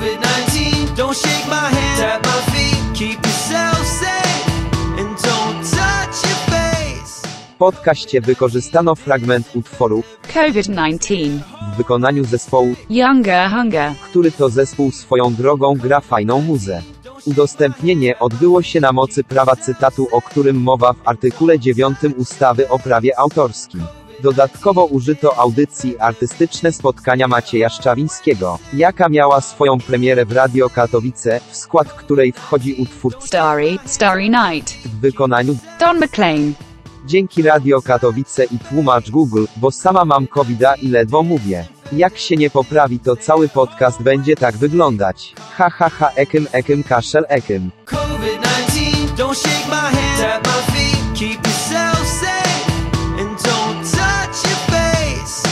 COVID-19, don't shake my hand, tap my feet, keep yourself safe and don't touch your face. W podcaście wykorzystano fragment utworu COVID-19 w wykonaniu zespołu, Younger Hunger. który to zespół swoją drogą gra fajną muzę. Udostępnienie odbyło się na mocy prawa cytatu, o którym mowa w artykule 9 ustawy o prawie autorskim. Dodatkowo użyto audycji Artystyczne spotkania Macieja Szczawińskiego, jaka miała swoją premierę w Radio Katowice, w skład której wchodzi utwór Starry Night w wykonaniu Don McLean. Dzięki Radio Katowice i tłumacz Google, bo sama mam covida i ledwo mówię. Jak się nie poprawi, to cały podcast będzie tak wyglądać. Ha ha ha, ekim kaszel ekim. COVID-19, don't shake my hand, tap my feet, keep yourself safe and don't touch your face.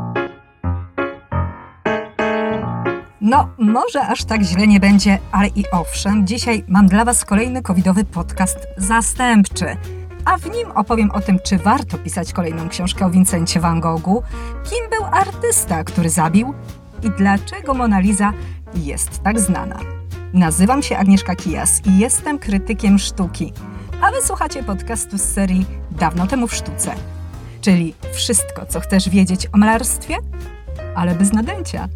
No, może aż tak źle nie będzie, ale i owszem, dzisiaj mam dla Was kolejny covidowy podcast zastępczy. A w nim opowiem o tym, czy warto pisać kolejną książkę o Vincencie van Goghu, kim był artysta, który zabił i dlaczego Mona Lisa jest tak znana. Nazywam się Agnieszka Kijas i jestem krytykiem sztuki, a wysłuchacie podcastu z serii Dawno temu w sztuce, czyli wszystko, co chcesz wiedzieć o malarstwie, ale bez nadęcia.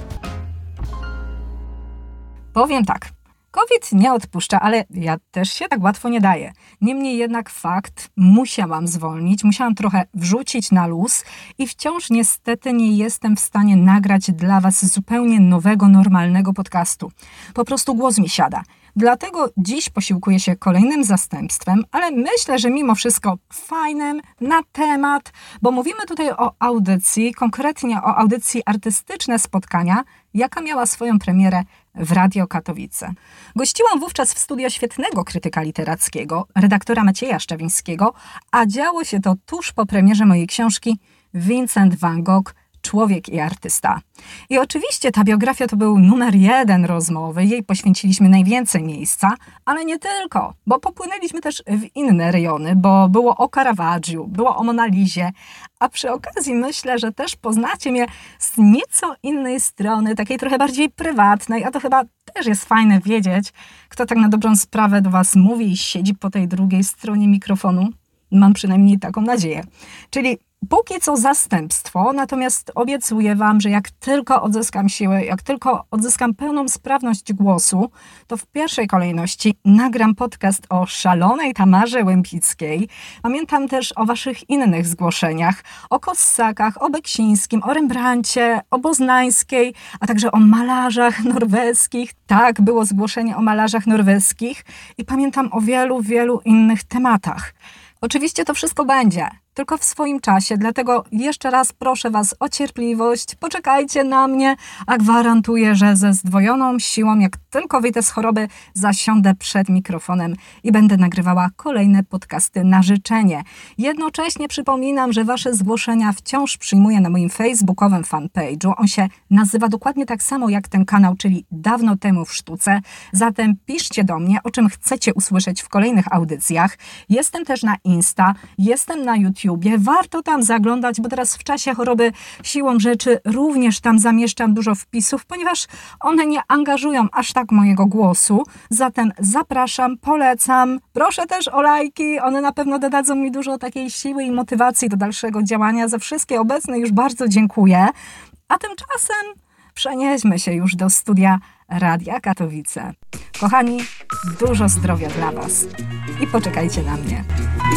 Powiem tak. COVID nie odpuszcza, ale ja też się tak łatwo nie daję. Niemniej jednak fakt, musiałam zwolnić, musiałam trochę wrzucić na luz i wciąż niestety nie jestem w stanie nagrać dla Was zupełnie nowego, normalnego podcastu. Po prostu głos mi siada. Dlatego dziś posiłkuję się kolejnym zastępstwem, ale myślę, że mimo wszystko fajnym, na temat, bo mówimy tutaj o audycji, konkretnie o audycji Artystyczne spotkania, jaka miała swoją premierę w Radio Katowice. Gościłam wówczas w studio świetnego krytyka literackiego, redaktora Macieja Szczawińskiego, a działo się to tuż po premierze mojej książki Vincent van Gogh, Człowiek i artysta. I oczywiście ta biografia to był numer 1 rozmowy, jej poświęciliśmy najwięcej miejsca, ale nie tylko, bo popłynęliśmy też w inne rejony, bo było o Caravaggiu, było o Mona Lizie, a przy okazji myślę, że też poznacie mnie z nieco innej strony, takiej trochę bardziej prywatnej, a to chyba też jest fajne wiedzieć, kto tak na dobrą sprawę do Was mówi i siedzi po tej drugiej stronie mikrofonu. Mam przynajmniej taką nadzieję. Czyli póki co zastępstwo, natomiast obiecuję Wam, że jak tylko odzyskam siłę, jak tylko odzyskam pełną sprawność głosu, to w pierwszej kolejności nagram podcast o szalonej Tamarze Łępickiej. Pamiętam też o Waszych innych zgłoszeniach, o Kossakach, o Beksińskim, o Rembrandcie, o Boznańskiej, a także o malarzach norweskich. Tak, było zgłoszenie o malarzach norweskich i pamiętam o wielu, wielu innych tematach. Oczywiście to wszystko będzie, tylko w swoim czasie, dlatego jeszcze raz proszę Was o cierpliwość, poczekajcie na mnie, a gwarantuję, że ze zdwojoną siłą, jak tylko wyjdę z choroby, zasiądę przed mikrofonem i będę nagrywała kolejne podcasty na życzenie. Jednocześnie przypominam, że Wasze zgłoszenia wciąż przyjmuję na moim facebookowym fanpage'u. On się nazywa dokładnie tak samo jak ten kanał, czyli Dawno temu w sztuce. Zatem piszcie do mnie, o czym chcecie usłyszeć w kolejnych audycjach. Jestem też na Insta, jestem na YouTube. Warto tam zaglądać, bo teraz w czasie choroby siłą rzeczy również tam zamieszczam dużo wpisów, ponieważ one nie angażują aż tak mojego głosu. Zatem zapraszam, polecam. Proszę też o lajki, one na pewno dodadzą mi dużo takiej siły i motywacji do dalszego działania. Za wszystkie obecne już bardzo dziękuję. A tymczasem przenieśmy się już do studia Radia Katowice. Kochani, dużo zdrowia dla Was i poczekajcie na mnie.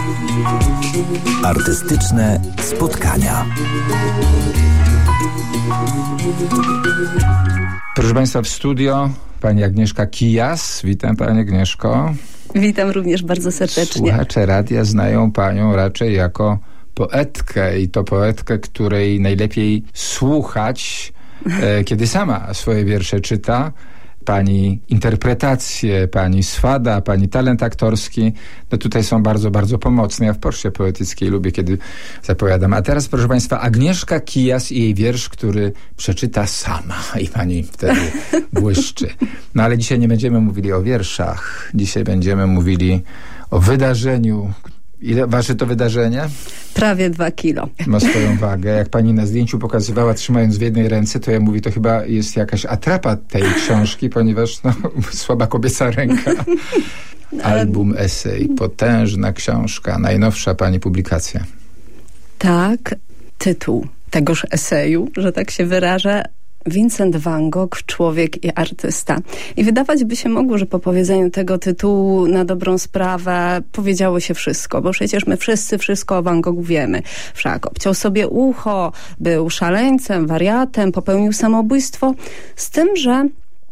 Artystyczne spotkania. Proszę Państwa, w studio pani Agnieszka Kijas. Witam Pani Agnieszko. Witam również bardzo serdecznie. Słuchacze radia znają Panią raczej jako poetkę i to poetkę, której najlepiej słuchać, kiedy sama swoje wiersze czyta. Pani interpretacje, pani swada, pani talent aktorski, no tutaj są bardzo, bardzo pomocne. Ja w Poczcie Poetyckiej lubię, kiedy zapowiadam. A teraz, proszę Państwa, Agnieszka Kijas i jej wiersz, który przeczyta sama i pani wtedy błyszczy. No ale dzisiaj nie będziemy mówili o wierszach. Dzisiaj będziemy mówili o wydarzeniu, Ile waży to wydarzenie? Prawie 2 kilo. Ma swoją wagę. Jak pani na zdjęciu pokazywała, trzymając w jednej ręce, to ja mówię, to chyba jest jakaś atrapa tej książki, ponieważ słaba kobieca ręka. Album, esej, potężna książka, najnowsza pani publikacja. Tak, tytuł tegoż eseju, że tak się wyrażę, Vincent van Gogh, człowiek i artysta. I wydawać by się mogło, że po powiedzeniu tego tytułu na dobrą sprawę powiedziało się wszystko, bo przecież my wszyscy wszystko o Van Goghu wiemy. Wszak obciął sobie ucho, był szaleńcem, wariatem, popełnił samobójstwo. Z tym, że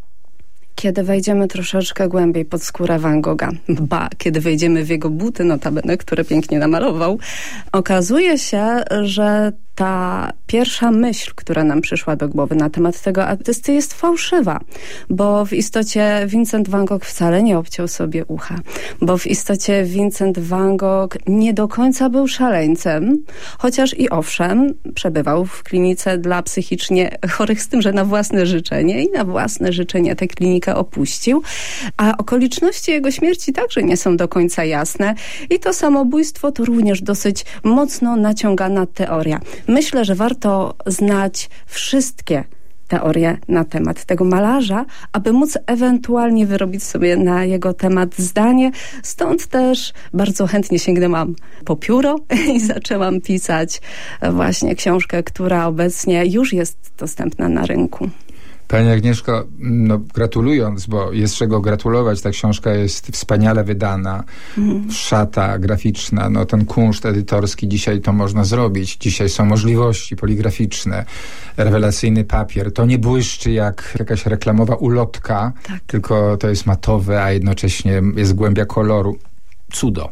kiedy wejdziemy troszeczkę głębiej pod skórę Van Gogha, kiedy wejdziemy w jego buty, notabene, które pięknie namalował, okazuje się, że ta pierwsza myśl, która nam przyszła do głowy na temat tego artysty jest fałszywa, bo w istocie Vincent van Gogh wcale nie obciął sobie ucha, bo w istocie Vincent van Gogh nie do końca był szaleńcem, chociaż i owszem, przebywał w klinice dla psychicznie chorych, z tym, że na własne życzenie i na własne życzenie tę klinikę opuścił, a okoliczności jego śmierci także nie są do końca jasne i to samobójstwo to również dosyć mocno naciągana teoria. Myślę, że warto znać wszystkie teorie na temat tego malarza, aby móc ewentualnie wyrobić sobie na jego temat zdanie. Stąd też bardzo chętnie sięgnęłam po pióro i zaczęłam pisać właśnie książkę, która obecnie już jest dostępna na rynku. Pani Agnieszko, gratulując, bo jest czego gratulować, ta książka jest wspaniale wydana, szata graficzna, ten kunszt edytorski, dzisiaj to można zrobić, dzisiaj są możliwości poligraficzne, rewelacyjny papier, to nie błyszczy jak jakaś reklamowa ulotka, tak. Tylko to jest matowe, a jednocześnie jest głębia koloru. Cudo.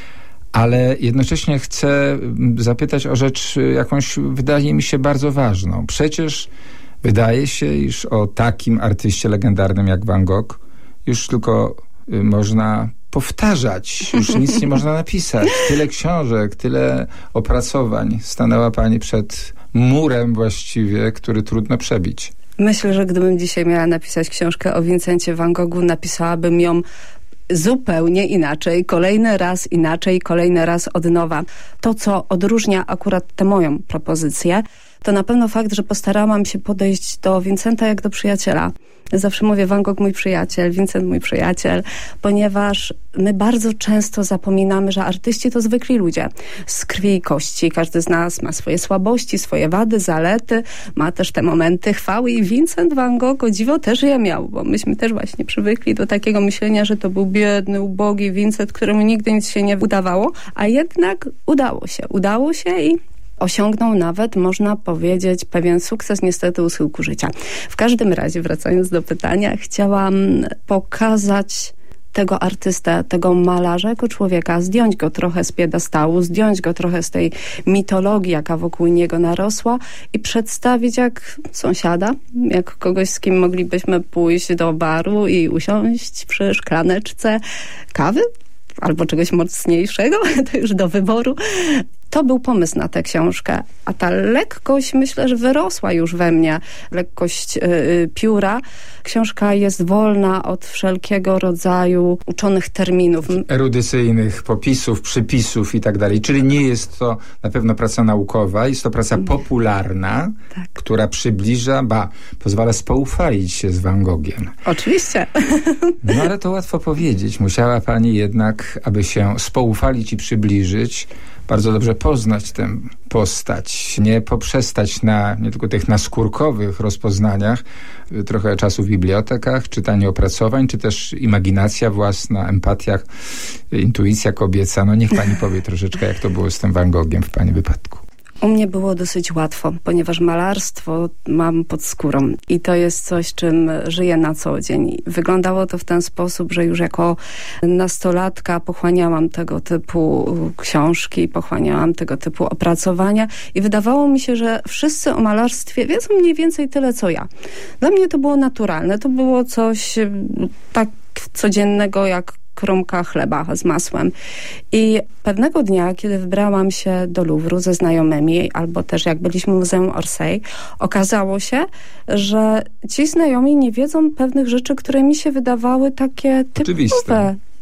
Ale jednocześnie chcę zapytać o rzecz jakąś, wydaje mi się, bardzo ważną. Przecież wydaje się, iż o takim artyście legendarnym jak Van Gogh już tylko można powtarzać, już nic nie można napisać. Tyle książek, tyle opracowań. Stanęła pani przed murem właściwie, który trudno przebić. Myślę, że gdybym dzisiaj miała napisać książkę o Vincencie van Goghu, napisałabym ją zupełnie inaczej, kolejny raz od nowa. To, co odróżnia akurat tę moją propozycję, to na pewno fakt, że postarałam się podejść do Vincenta jak do przyjaciela. Zawsze mówię Van Gogh mój przyjaciel, Vincent mój przyjaciel, ponieważ my bardzo często zapominamy, że artyści to zwykli ludzie z krwi i kości. Każdy z nas ma swoje słabości, swoje wady, zalety, ma też te momenty chwały i Vincent van Gogh, o dziwo, też je miał, bo myśmy też właśnie przywykli do takiego myślenia, że to był biedny, ubogi Vincent, któremu nigdy nic się nie udawało, a jednak udało się i osiągnął nawet, można powiedzieć, pewien sukces niestety u schyłku życia. W każdym razie, wracając do pytania, chciałam pokazać tego artystę, tego malarza jako człowieka, zdjąć go trochę z piedestału, zdjąć go trochę z tej mitologii, jaka wokół niego narosła i przedstawić jak sąsiada, jak kogoś, z kim moglibyśmy pójść do baru i usiąść przy szklaneczce kawy albo czegoś mocniejszego, to już do wyboru. To był pomysł na tę książkę, a ta lekkość, myślę, że wyrosła już we mnie, lekkość pióra. Książka jest wolna od wszelkiego rodzaju uczonych terminów. Erudycyjnych popisów, przypisów i tak dalej. Czyli nie jest to na pewno praca naukowa, jest to praca popularna, tak, która przybliża, pozwala spoufalić się z Van Gogiem. Oczywiście. No ale to łatwo powiedzieć. Musiała pani jednak, aby się spoufalić i przybliżyć, bardzo dobrze poznać tę postać, nie poprzestać na nie tylko tych naskórkowych rozpoznaniach, trochę czasu w bibliotekach, czytanie opracowań, czy też imaginacja własna, empatia, intuicja kobieca. Niech pani powie troszeczkę, jak to było z tym Van Gogiem w pani wypadku. U mnie było dosyć łatwo, ponieważ malarstwo mam pod skórą i to jest coś, czym żyję na co dzień. Wyglądało to w ten sposób, że już jako nastolatka pochłaniałam tego typu książki, pochłaniałam tego typu opracowania i wydawało mi się, że wszyscy o malarstwie wiedzą mniej więcej tyle, co ja. Dla mnie to było naturalne, to było coś tak codziennego jak kromka chleba z masłem. I pewnego dnia, kiedy wybrałam się do Louvru ze znajomymi, albo też jak byliśmy w Muzeum Orsay, okazało się, że ci znajomi nie wiedzą pewnych rzeczy, które mi się wydawały takie typowe.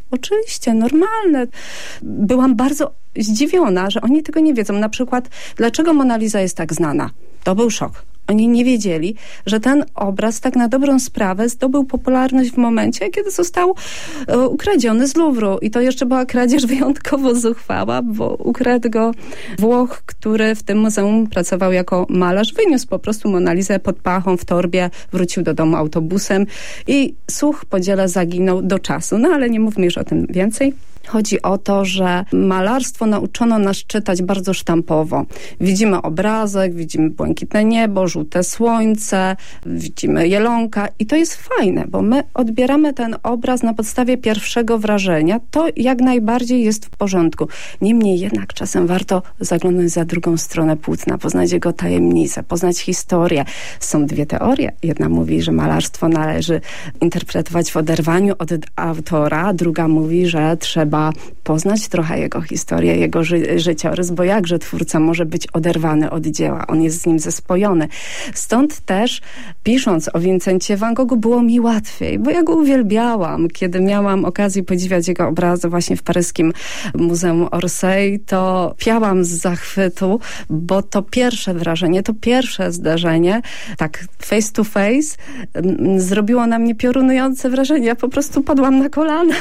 Oczywiście, normalne. Byłam bardzo zdziwiona, że oni tego nie wiedzą. Na przykład, dlaczego Mona Lisa jest tak znana? To był szok. Oni nie wiedzieli, że ten obraz tak na dobrą sprawę zdobył popularność w momencie, kiedy został ukradziony z Louvru. I to jeszcze była kradzież wyjątkowo zuchwała, bo ukradł go Włoch, który w tym muzeum pracował jako malarz. Wyniósł po prostu Mona Lisę pod pachą w torbie, wrócił do domu autobusem i słuch po dziele zaginął do czasu. No ale nie mówmy już o tym więcej. Chodzi o to, że malarstwo nauczono nas czytać bardzo sztampowo. Widzimy obrazek, widzimy błękitne niebo, żółte słońce, widzimy jelonka i to jest fajne, bo my odbieramy ten obraz na podstawie pierwszego wrażenia. To jak najbardziej jest w porządku. Niemniej jednak czasem warto zaglądać za drugą stronę płótna, poznać jego tajemnicę, poznać historię. Są dwie teorie. Jedna mówi, że malarstwo należy interpretować w oderwaniu od autora, druga mówi, że trzeba poznać trochę jego historię, jego życiorys, bo jakże twórca może być oderwany od dzieła, on jest z nim zespojony. Stąd też, pisząc o Vincencie Van Goghu, było mi łatwiej, bo ja go uwielbiałam. Kiedy miałam okazję podziwiać jego obrazy właśnie w paryskim Muzeum Orsay, to piałam z zachwytu, bo to pierwsze wrażenie, to pierwsze zdarzenie, tak face to face, zrobiło na mnie piorunujące wrażenie. Ja po prostu padłam na kolana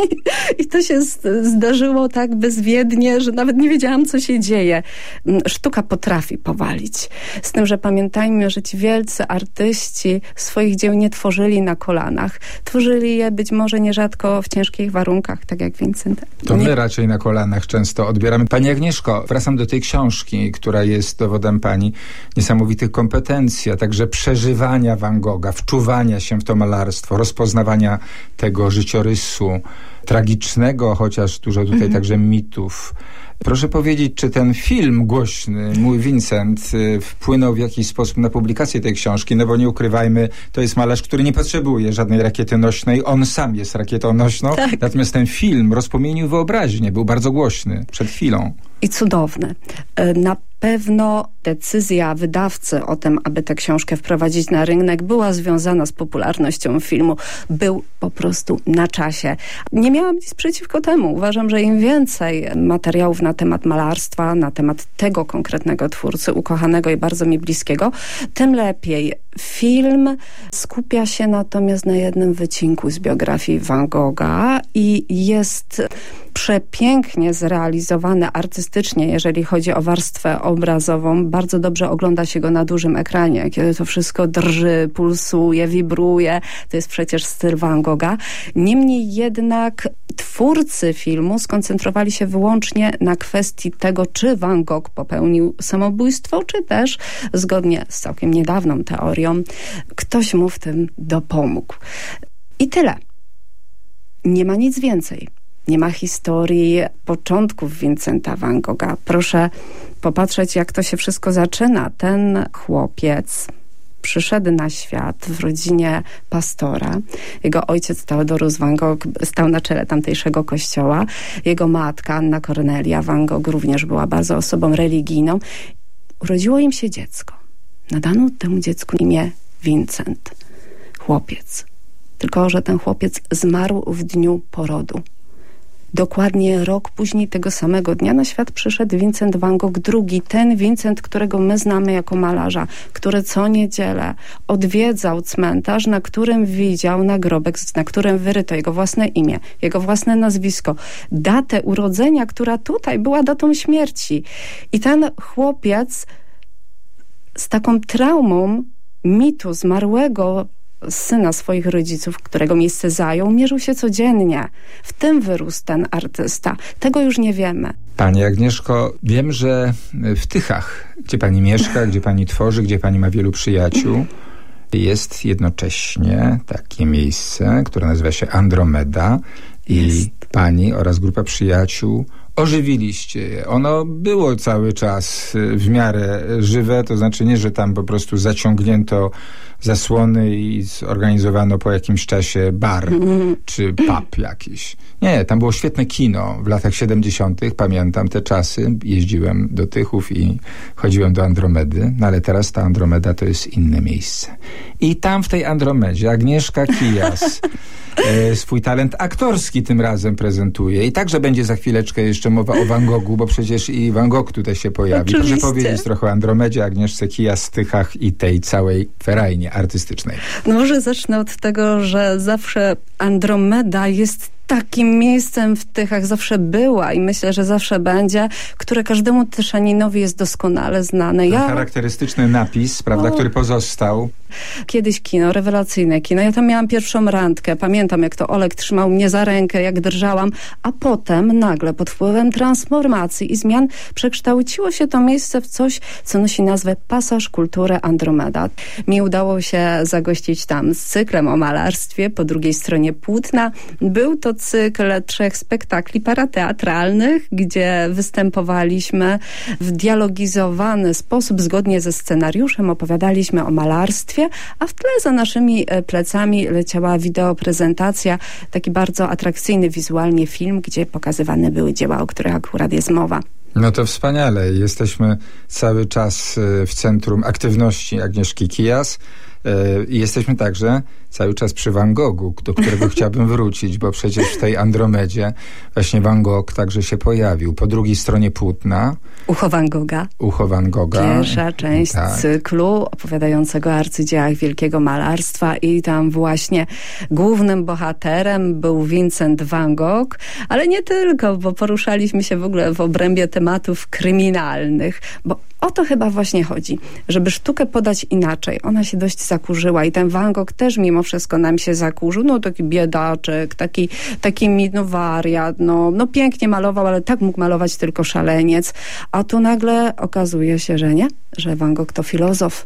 i to się zdarzyło tak bezwiednie, że nawet nie wiedziałam, co się dzieje. Sztuka potrafi powalić. Z tym, że pamiętajmy, że ci wielcy artyści swoich dzieł nie tworzyli na kolanach. Tworzyli je być może nierzadko w ciężkich warunkach, tak jak Vincent. To my raczej na kolanach często odbieramy. Pani Agnieszko, wracam do tej książki, która jest dowodem pani niesamowitych kompetencji, a także przeżywania Van Gogha, wczuwania się w to malarstwo, rozpoznawania tego życiorysu tragicznego, chociaż dużo tutaj także mitów. Proszę powiedzieć, czy ten film głośny, Mój Vincent, wpłynął w jakiś sposób na publikację tej książki? No bo nie ukrywajmy, to jest malarz, który nie potrzebuje żadnej rakiety nośnej. On sam jest rakietą nośną. Tak. Natomiast ten film rozpromienił wyobraźnię. Był bardzo głośny przed chwilą. I cudowny. Na pewno decyzja wydawcy o tym, aby tę książkę wprowadzić na rynek, była związana z popularnością filmu. Był po prostu na czasie. Nie miałam nic przeciwko temu. Uważam, że im więcej materiałów na temat malarstwa, na temat tego konkretnego twórcy, ukochanego i bardzo mi bliskiego, tym lepiej. Film skupia się natomiast na jednym wycinku z biografii Van Gogha i jest przepięknie zrealizowany artystycznie, jeżeli chodzi o warstwę obrazową. Bardzo dobrze ogląda się go na dużym ekranie, kiedy to wszystko drży, pulsuje, wibruje. To jest przecież styl Van Gogha. Niemniej jednak twórcy filmu skoncentrowali się wyłącznie na kwestii tego, czy Van Gogh popełnił samobójstwo, czy też, zgodnie z całkiem niedawną teorią, ktoś mu w tym dopomógł. I tyle. Nie ma nic więcej. Nie ma historii początków Vincenta Van Gogha. Proszę popatrzeć, jak to się wszystko zaczyna. Ten chłopiec przyszedł na świat w rodzinie pastora. Jego ojciec Theodorus Van Gogh stał na czele tamtejszego kościoła. Jego matka, Anna Cornelia Van Gogh, również była bardzo osobą religijną. Urodziło im się dziecko. Nadano temu dziecku imię Vincent. Chłopiec. Tylko że ten chłopiec zmarł w dniu porodu. Dokładnie rok później tego samego dnia na świat przyszedł Vincent Van Gogh II. Ten Vincent, którego my znamy jako malarza, który co niedzielę odwiedzał cmentarz, na którym widział nagrobek, na którym wyryto jego własne imię, jego własne nazwisko, datę urodzenia, która tutaj była datą śmierci. I ten chłopiec z taką traumą mitu zmarłego syna swoich rodziców, którego miejsce zajął, mierzył się codziennie. W tym wyrósł ten artysta. Tego już nie wiemy. Pani Agnieszko, wiem, że w Tychach, gdzie pani mieszka, gdzie pani tworzy, gdzie pani ma wielu przyjaciół, jest jednocześnie takie miejsce, które nazywa się Andromeda i pani oraz grupa przyjaciół ożywiliście je. Ono było cały czas w miarę żywe, to znaczy nie, że tam po prostu zaciągnięto zasłony i zorganizowano po jakimś czasie bar czy pub jakiś. Nie, tam było świetne kino w latach 70. Pamiętam te czasy. Jeździłem do Tychów i chodziłem do Andromedy, no ale teraz ta Andromeda to jest inne miejsce. I tam w tej Andromedzie Agnieszka Kijas swój talent aktorski tym razem prezentuje. I także będzie za chwileczkę jeszcze mowa o Van Goghu, bo przecież i Van Gogh tutaj się pojawi. Oczywiście. Proszę powiedzieć trochę o Andromedzie, Agnieszce Kijas, Tychach i tej całej ferajnie artystycznej. No może zacznę od tego, że zawsze Andromeda jest takim miejscem w Tychach, zawsze była i myślę, że zawsze będzie, które każdemu Tyszaninowi jest doskonale znane. Ten charakterystyczny napis, prawda, który pozostał. Kiedyś kino, rewelacyjne kino. Ja tam miałam pierwszą randkę. Pamiętam, jak to Olek trzymał mnie za rękę, jak drżałam, a potem nagle pod wpływem transformacji i zmian przekształciło się to miejsce w coś, co nosi nazwę Pasaż Kultury Andromeda. Mi udało się zagościć tam z cyklem o malarstwie, po drugiej stronie płótna. Był to cykl 3 spektakli parateatralnych, gdzie występowaliśmy w dialogizowany sposób, zgodnie ze scenariuszem opowiadaliśmy o malarstwie, a w tle za naszymi plecami leciała wideoprezentacja, taki bardzo atrakcyjny wizualnie film, gdzie pokazywane były dzieła, o których akurat jest mowa. No to wspaniale. Jesteśmy cały czas w centrum aktywności Agnieszki Kijas. I jesteśmy także cały czas przy Van Goghu, do którego chciałbym wrócić, bo przecież w tej Andromedzie właśnie Van Gogh także się pojawił. Po drugiej stronie płótna. Ucho Van Gogha. Ucho Van Gogha. Pierwsza część cyklu opowiadającego o arcydziełach wielkiego malarstwa i tam właśnie głównym bohaterem był Vincent van Gogh, ale nie tylko, bo poruszaliśmy się w ogóle w obrębie tematów kryminalnych, bo o to chyba właśnie chodzi, żeby sztukę podać inaczej. Ona się dość zakurzyła i ten Van Gogh też mimo wszystko nam się zakurzył. No taki biedaczek, taki wariat, no pięknie malował, ale tak mógł malować tylko szaleniec. A tu nagle okazuje się, że nie, że Van Gogh to filozof,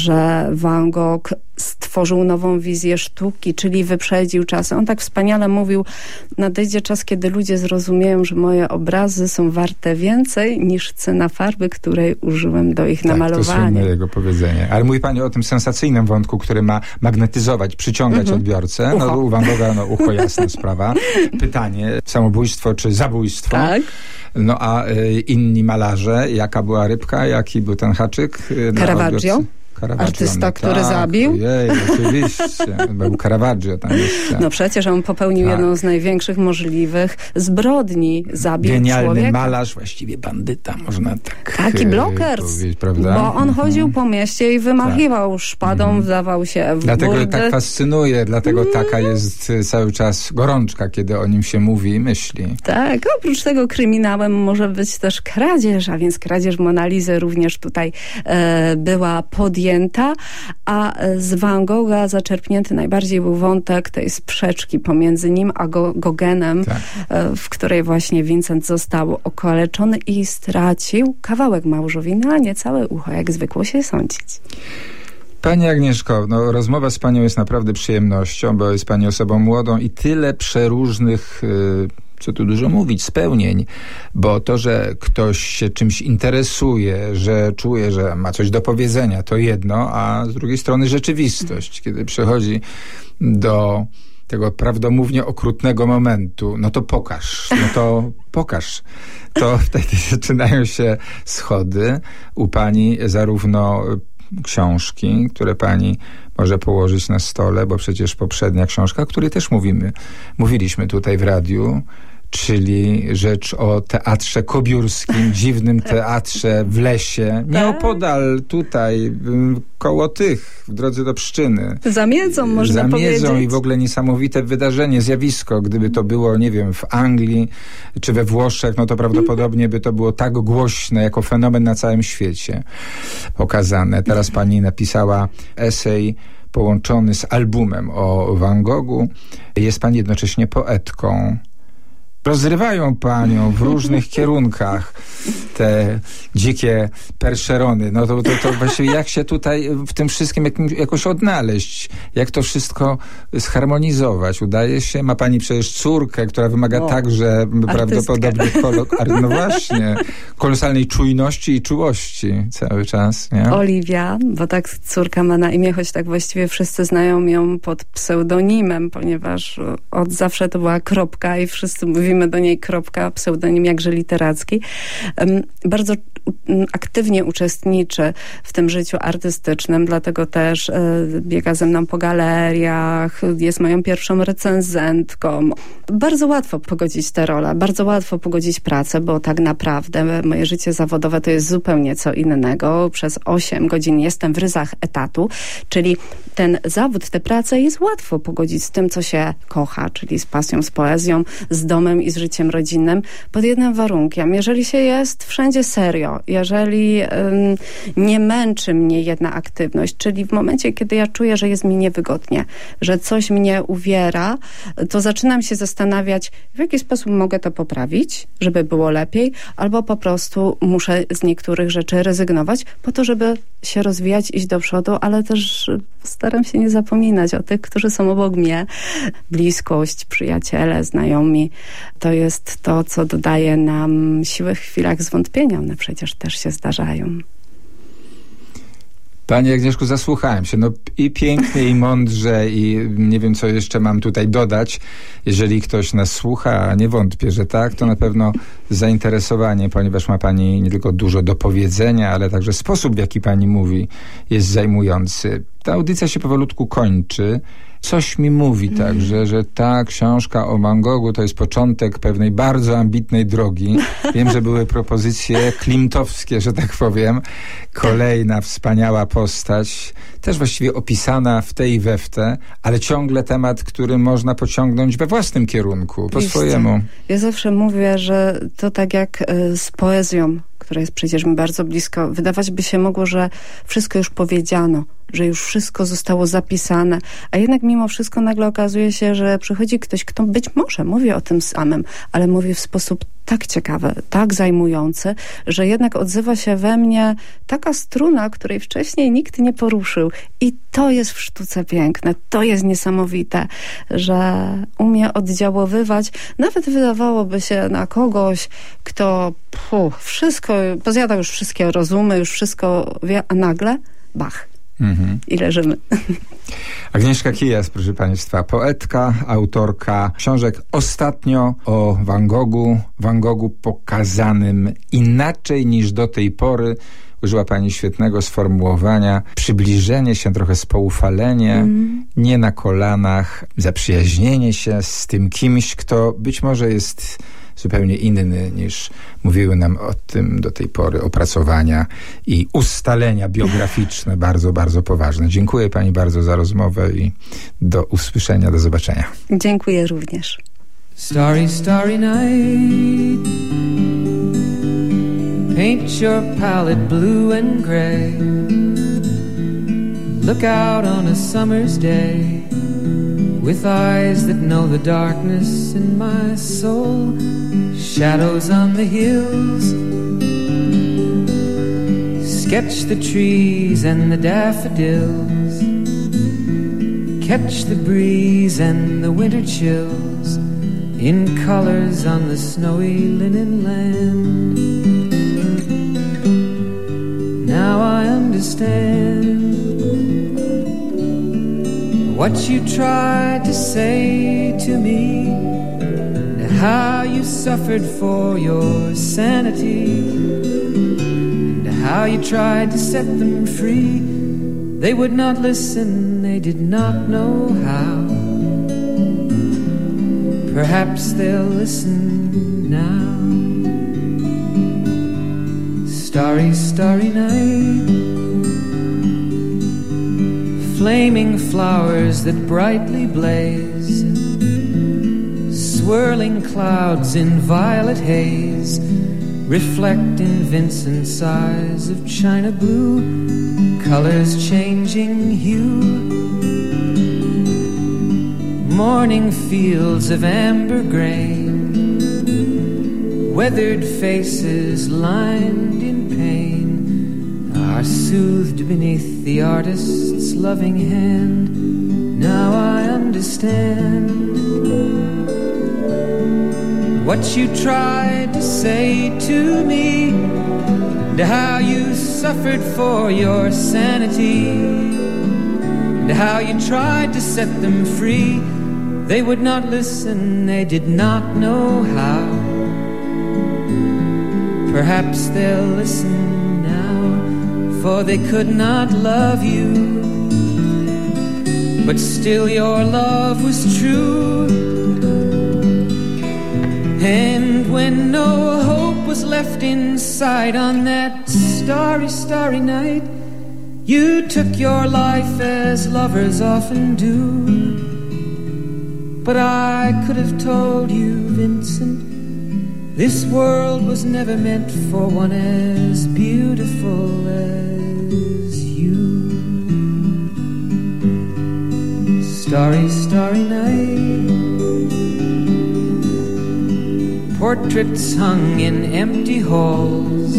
że Van Gogh stworzył nową wizję sztuki, czyli wyprzedził czasy. On tak wspaniale mówił, nadejdzie czas, kiedy ludzie zrozumieją, że moje obrazy są warte więcej niż cena farby, której użyłem do ich namalowania. Tak, to słynne jego powiedzenie. Ale mówi pani o tym sensacyjnym wątku, który ma magnetyzować, przyciągać odbiorcę. Ucho. No u Van Gogha, ucho, jasna sprawa. Pytanie, samobójstwo czy zabójstwo? Tak. No a inni malarze, jaka była rybka, jaki był ten haczyk? Caravaggio. Artysta, który zabił. Ojej, oczywiście. Był Caravaggio tam jeszcze. No przecież on popełnił jedną z największych możliwych zbrodni. Zabił Genialny człowieka. malarz, właściwie bandyta, można tak Taki blokers, powiedzieć, prawda? bo on chodził po mieście i wymachiwał szpadą, wdawał się w Dlatego burdy. tak fascynuje, dlatego taka jest cały czas gorączka, kiedy o nim się mówi i myśli. Tak, oprócz tego kryminałem może być też kradzież, a więc kradzież Monalizy również tutaj była podjęta, a z Van Gogha zaczerpnięty najbardziej był wątek tej sprzeczki pomiędzy nim a Gauguinem, w której właśnie Vincent został okaleczony i stracił kawałek małżowiny, a nie całe ucho, jak zwykło się sądzić. Pani Agnieszko, rozmowa z panią jest naprawdę przyjemnością, bo jest pani osobą młodą i tyle przeróżnych, co tu dużo mówić, spełnień, bo to, że ktoś się czymś interesuje, że czuje, że ma coś do powiedzenia, to jedno, a z drugiej strony rzeczywistość, kiedy przychodzi do tego prawdomównie okrutnego momentu, to pokaż. To wtedy zaczynają się schody. U pani zarówno książki, które pani może położyć na stole, bo przecież poprzednia książka, o której też mówiliśmy tutaj w radiu, czyli rzecz o teatrze kobiórskim, dziwnym teatrze w lesie, nieopodal tutaj, koło tych, w drodze do Pszczyny. Za miedzą, można powiedzieć. I w ogóle niesamowite wydarzenie, zjawisko. Gdyby to było, nie wiem, w Anglii czy we Włoszech, to prawdopodobnie by to było tak głośne, jako fenomen na całym świecie pokazane. Teraz pani napisała esej połączony z albumem o Van Goghu. Jest pani jednocześnie poetką. rozrywają panią w różnych kierunkach. Te dzikie perszerony. No to właściwie jak się tutaj w tym wszystkim jakoś odnaleźć? Jak to wszystko zharmonizować? Udaje się? Ma pani przecież córkę, która wymaga także prawdopodobnie no właśnie, kolosalnej czujności i czułości cały czas, nie? Oliwia, bo tak córka ma na imię, choć tak właściwie wszyscy znają ją pod pseudonimem, ponieważ od zawsze to była Kropka i wszyscy mówimy do niej Kropka, pseudonim jakże literacki. Bardzo aktywnie uczestniczy w tym życiu artystycznym, dlatego też biega ze mną po galeriach, jest moją pierwszą recenzentką. Bardzo łatwo pogodzić tę rolę, bardzo łatwo pogodzić pracę, bo tak naprawdę moje życie zawodowe to jest zupełnie co innego. Przez 8 godzin jestem w ryzach etatu, czyli ten zawód, tę pracę jest łatwo pogodzić z tym, co się kocha, czyli z pasją, z poezją, z domem i z życiem rodzinnym, pod jednym warunkiem. Jeżeli się jest wszędzie serio, jeżeli nie męczy mnie jedna aktywność, czyli w momencie, kiedy ja czuję, że jest mi niewygodnie, że coś mnie uwiera, to zaczynam się zastanawiać, w jaki sposób mogę to poprawić, żeby było lepiej, albo po prostu muszę z niektórych rzeczy rezygnować po to, żeby się rozwijać, iść do przodu, ale też staram się nie zapominać o tych, którzy są obok mnie. Bliskość, przyjaciele, znajomi, to jest to, co dodaje nam siły w chwilach zwątpienia. One przecież też się zdarzają. Pani Agnieszku, zasłuchałem się. No i pięknie, i mądrze, i nie wiem, co jeszcze mam tutaj dodać. Jeżeli ktoś nas słucha, a nie wątpię, że tak, to na pewno zainteresowanie, ponieważ ma pani nie tylko dużo do powiedzenia, ale także sposób, w jaki pani mówi, jest zajmujący. Ta audycja się powolutku kończy. Coś mi mówi także, że ta książka o Van Goghu to jest początek pewnej bardzo ambitnej drogi. Wiem, że były propozycje klimtowskie, że tak powiem. Kolejna wspaniała postać, też właściwie opisana w tej i we w te, ale ciągle temat, który można pociągnąć we własnym kierunku, po swojemu. Ja zawsze mówię, że to tak jak z poezją, która jest przecież mi bardzo blisko. Wydawać by się mogło, że wszystko już powiedziano, że już wszystko zostało zapisane, a jednak mimo wszystko nagle okazuje się, że przychodzi ktoś, kto być może mówi o tym samym, ale mówi w sposób tak ciekawy, tak zajmujący, że jednak odzywa się we mnie taka struna, której wcześniej nikt nie poruszył. I to jest w sztuce piękne, to jest niesamowite, że umie oddziaływać, nawet wydawałoby się na kogoś, kto wszystko, pozjada już wszystkie rozumy, już wszystko wie, a nagle bach. I leżymy. Agnieszka Kijas, proszę państwa, poetka, autorka książek ostatnio o Van Goghu pokazanym inaczej niż do tej pory. Użyła pani świetnego sformułowania, przybliżenie się, trochę spoufalenie, nie na kolanach, zaprzyjaźnienie się z tym kimś, kto być może jest zupełnie inny niż mówiły nam o tym do tej pory opracowania i ustalenia biograficzne, bardzo, bardzo poważne. Dziękuję pani bardzo za rozmowę i do usłyszenia, do zobaczenia. Dziękuję również. Starry, starry night, paint your palette blue and gray, look out on a summer's day, with eyes that know the darkness in my soul, shadows on the hills, sketch the trees and the daffodils, catch the breeze and the winter chills, in colors on the snowy linen land. Now I understand what you tried to say to me, and how you suffered for your sanity, and how you tried to set them free. They would not listen, they did not know how. Perhaps they'll listen now. Starry, starry night, flaming flowers that brightly blaze, swirling clouds in violet haze, reflect in Vincent's eyes of china blue, colors changing hue, morning fields of amber grain, weathered faces lined in pain are soothed beneath the artist's loving hand. Now I understand what you tried to say to me, and how you suffered for your sanity, and how you tried to set them free. They would not listen, they did not know how. Perhaps they'll listen now, for they could not love you, but still your love was true. And when no hope was left inside on that starry, starry night, you took your life as lovers often do. But I could have told you, Vincent, this world was never meant for one as beautiful as you. Starry, starry night, portraits hung in empty halls,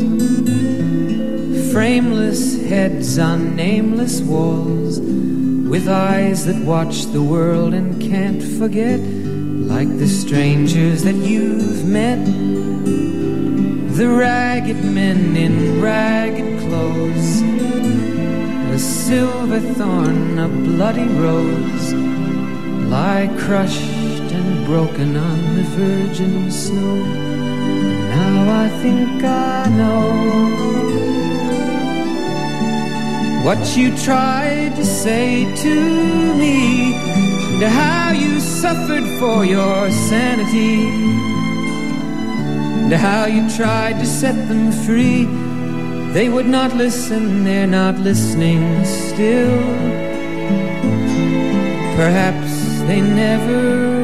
frameless heads on nameless walls, with eyes that watch the world and can't forget, like the strangers that you've met, the ragged men in ragged clothes, a silver thorn, a bloody rose, lie crushed and broken on the virgin snow. Now I think I know what you tried to say to me, and how you suffered for your sanity, and how you tried to set them free. They would not listen, they're not listening still. Perhaps they never